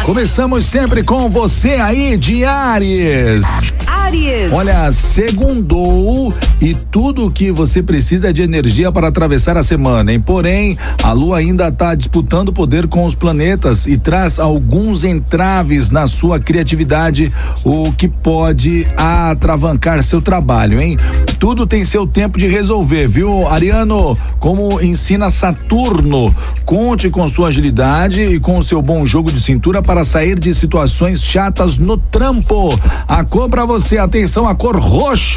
Começamos sempre com você aí de Áries. Olha, segundou e tudo o que você precisa é de energia para atravessar a semana, hein? Porém, a Lua ainda está disputando poder com os planetas e traz alguns entraves na sua criatividade, o que pode atravancar seu trabalho, hein? Tudo tem seu tempo de resolver, viu, Ariano? Como ensina Saturno, conte com sua agilidade e com o seu bom jogo de cintura para sair de situações chatas no trampo. A cor para você, atenção, a cor roxo.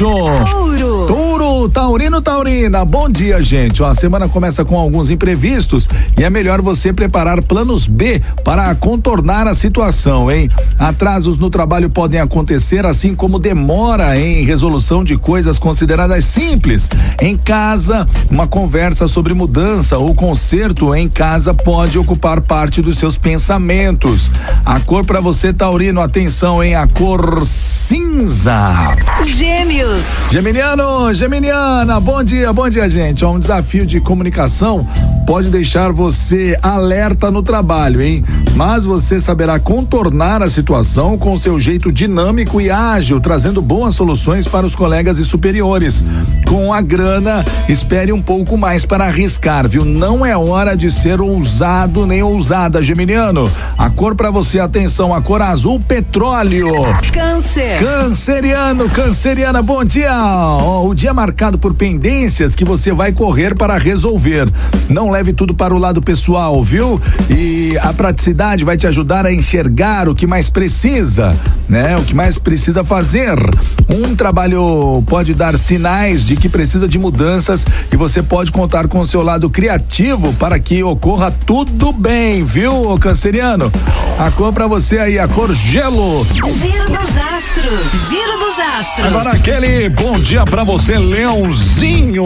Touro, taurino, taurina. Bom dia, gente. A semana começa com alguns imprevistos e é melhor você preparar planos B para contornar a situação, hein? Atrasos no trabalho podem acontecer, assim como demora em resolução de coisas consideradas simples. Em casa, uma conversa sobre mudança ou conserto em casa pode ocupar parte dos seus pensamentos. A cor para você, taurino, atenção, hein? A cor cinza. Gêmeos. Geminiano, geminiana, bom dia, gente. Um desafio de comunicação pode deixar você alerta no trabalho, hein? Mas você saberá contornar a situação com seu jeito dinâmico e ágil, trazendo boas soluções para os colegas e superiores. Com a grana, espere um pouco mais para arriscar, viu? Não é hora de ser ousado nem ousada, geminiano. A cor para você, atenção, a cor azul petróleo. Câncer. Canceriana, bom dia. O dia marcado por pendências que você vai correr para resolver. Não leve tudo para o lado pessoal, viu? E a praticidade vai te ajudar a enxergar o que mais precisa, né? O que mais precisa fazer. Um trabalho pode dar sinais de que precisa de mudanças e você pode contar com o seu lado criativo para que ocorra tudo bem, viu, canceriano? A cor pra você aí, a cor gelo. Giro dos astros. Giro dos astros. Agora aquele bom dia pra você, Leãozinho,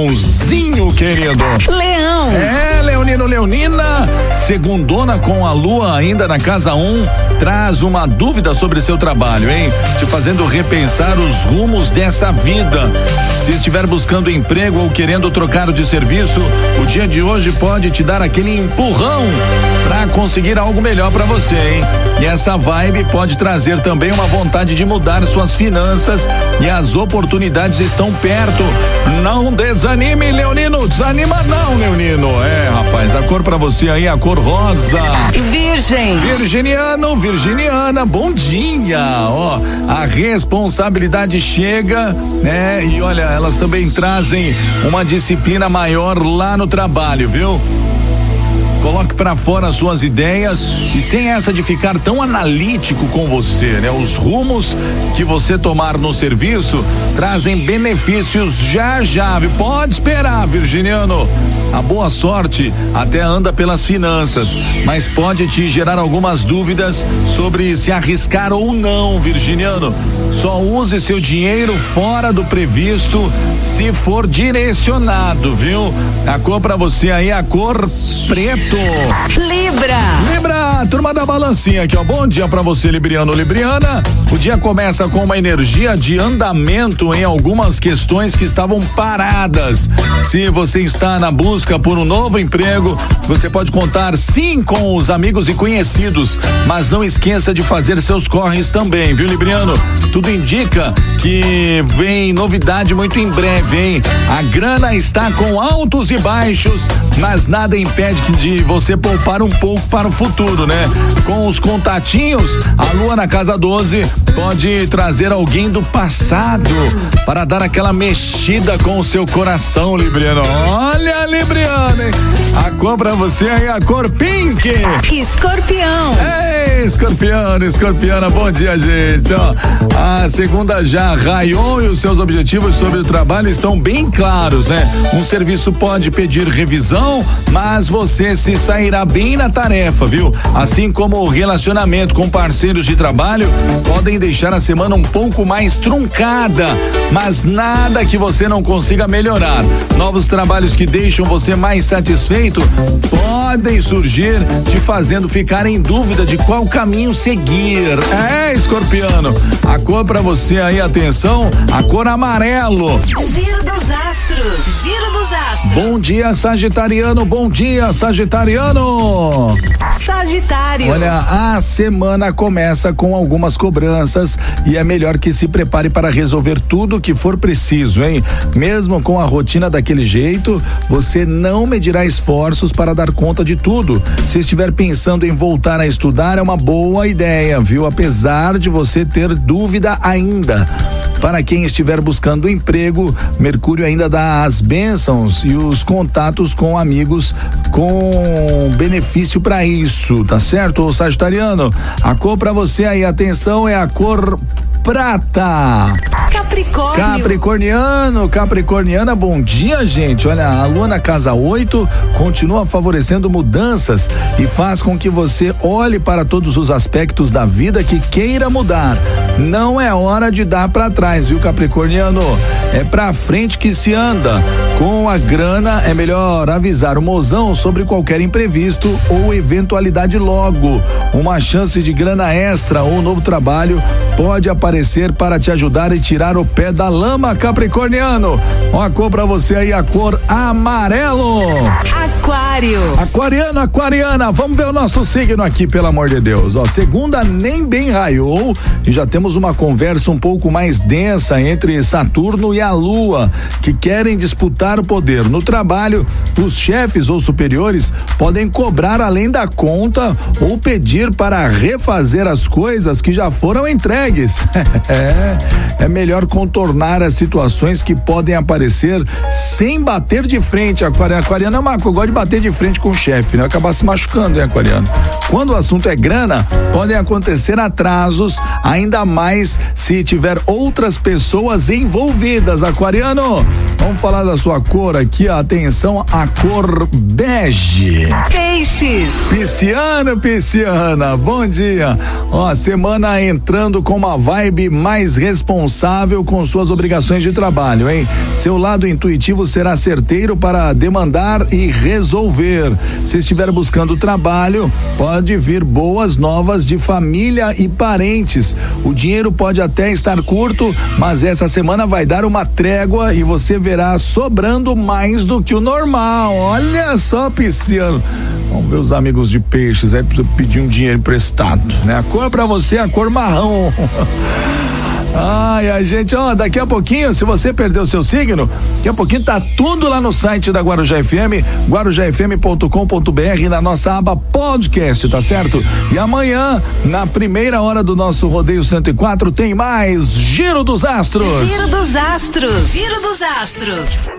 querido. Leão. Leonino, Leonina, segundona com a Lua ainda na casa 1, traz uma dúvida sobre seu trabalho, hein? Te fazendo repensar os rumos dessa vida. Se estiver buscando emprego ou querendo trocar de serviço, o dia de hoje pode te dar aquele empurrão para conseguir algo melhor para você, hein? E essa vibe pode trazer também uma vontade de mudar suas finanças e as oportunidades estão perto. Não desanime, Leonino. Desanima não, Leonino. Rapaz, a cor pra você aí, a cor rosa. Virgem. Virginiano, virginiana, bom dia. A responsabilidade chega, né? E olha, elas também trazem uma disciplina maior lá no trabalho, viu? Coloque pra fora suas ideias e sem essa de ficar tão analítico com você, né? Os rumos que você tomar no serviço trazem benefícios já, viu? Pode esperar, virginiano. A boa sorte até anda pelas finanças, mas pode te gerar algumas dúvidas sobre se arriscar ou não, virginiano. Só use seu dinheiro fora do previsto se for direcionado, viu? A cor pra você aí, a cor preto. Libra, turma da balancinha aqui, ó. Bom dia pra você, libriano, libriana. O dia começa com uma energia de andamento em algumas questões que estavam paradas. Se você está na busca por um novo emprego, você pode contar sim com os amigos e conhecidos, mas não esqueça de fazer seus corres também, viu, libriano? Tudo indica que vem novidade muito em breve, hein? A grana está com altos e baixos, mas nada impede de você poupar um pouco para o futuro, né? Com os contatinhos, a Lua na casa 12 pode trazer alguém do passado para dar aquela mexida com o seu coração, libriano. Olha, libriano, hein? A cor pra você aí, a cor pink. Escorpião. Ei, escorpiana, bom dia, gente. A segunda já raiou e os seus objetivos sobre o trabalho estão bem claros, né? Um serviço pode pedir revisão, mas você se sairá bem na tarefa, viu? Assim como o relacionamento com parceiros de trabalho podem deixar a semana um pouco mais truncada, mas nada que você não consiga melhorar. Novos trabalhos que deixam você mais satisfeito podem surgir, te fazendo ficar em dúvida de qual caminho seguir. Escorpiano, a cor pra você aí, atenção, a cor amarelo. Giro dos astros. Bom dia, sagitariano, bom dia, sagitariano. Sagitário. Aquário. Olha, a semana começa com algumas cobranças e é melhor que se prepare para resolver tudo o que for preciso, hein? Mesmo com a rotina daquele jeito, você não medirá esforços para dar conta de tudo. Se estiver pensando em voltar a estudar, é uma boa ideia, viu? Apesar de você ter dúvida ainda. Para quem estiver buscando emprego, Mercúrio ainda dá as bênçãos e os contatos com amigos com benefício para isso, tá certo, Sagitariano? A cor para você aí, atenção, é a cor prata. Capricorniana, bom dia, gente. Olha, a lua na casa 8 continua favorecendo mudanças e faz com que você olhe para todos os aspectos da vida que queira mudar. Não é hora de dar para trás, viu, Capricorniano? É pra frente que se anda. Com a grana é melhor avisar o mozão sobre qualquer imprevisto ou eventualidade logo. Uma chance de grana extra ou novo trabalho pode aparecer para te ajudar e tirar o pé da lama, Capricorniano. Ó, a cor pra você aí, a cor amarelo. Aquariana, vamos ver o nosso signo aqui, pelo amor de Deus. Ó, segunda nem bem raiou e já temos uma conversa um pouco mais densa entre Saturno e a Lua, que querem disputar o poder. No trabalho, os chefes ou superiores podem cobrar além da conta ou pedir para refazer as coisas que já foram entregues. É melhor contornar as situações que podem aparecer sem bater de frente. Aquariana, Marco, gosta de bater de frente com o chefe, né? Acabar se machucando, hein, Aquariano? Quando o assunto é grana, podem acontecer atrasos, ainda mais se tiver outras pessoas envolvidas. Aquariano, vamos falar da sua cor aqui, ó. Atenção, a cor bege. Peixes. Pisciana, bom dia. Ó, semana entrando com uma vibe mais responsável com suas obrigações de trabalho, hein? Seu lado intuitivo será certeiro para demandar e resolver. Se estiver buscando trabalho, pode vir boas novas de família e parentes. O dinheiro pode até estar curto, mas essa semana vai dar uma trégua e você verá sobrando mais do que o normal. Olha só, Pisciano. Vamos ver os amigos de peixes aí, precisa pedir um dinheiro emprestado, né? A cor pra você é a cor marrom. Ai, a gente, ó, daqui a pouquinho, se você perdeu o seu signo, daqui a pouquinho tá tudo lá no site da Guarujá FM, guarujafm.com.br, na nossa aba podcast, tá certo? E amanhã, na primeira hora do nosso Rodeio 104, tem mais Giro dos Astros. Giro dos Astros.